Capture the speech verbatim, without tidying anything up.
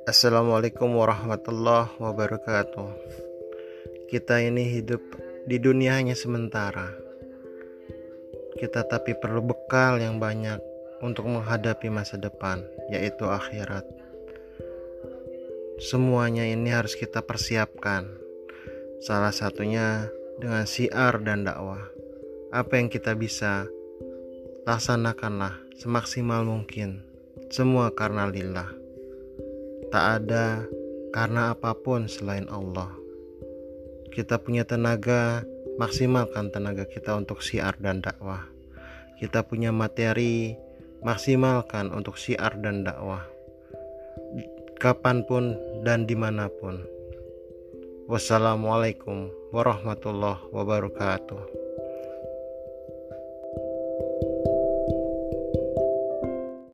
Assalamualaikum warahmatullahi wabarakatuh. Kita ini hidup di dunia hanya sementara. Kita tapi perlu bekal yang banyak untuk menghadapi masa depan, yaitu akhirat. Semuanya ini harus kita persiapkan. Salah satunya dengan syiar dan dakwah. Apa yang kita bisa, laksanakanlah semaksimal mungkin. Semua karena lillah. Tak ada karena apapun selain Allah. Kita punya tenaga, maksimalkan tenaga kita untuk syiar dan dakwah. Kita punya materi, maksimalkan untuk syiar dan dakwah, kapanpun dan dimanapun. Wassalamualaikum warahmatullahi wabarakatuh.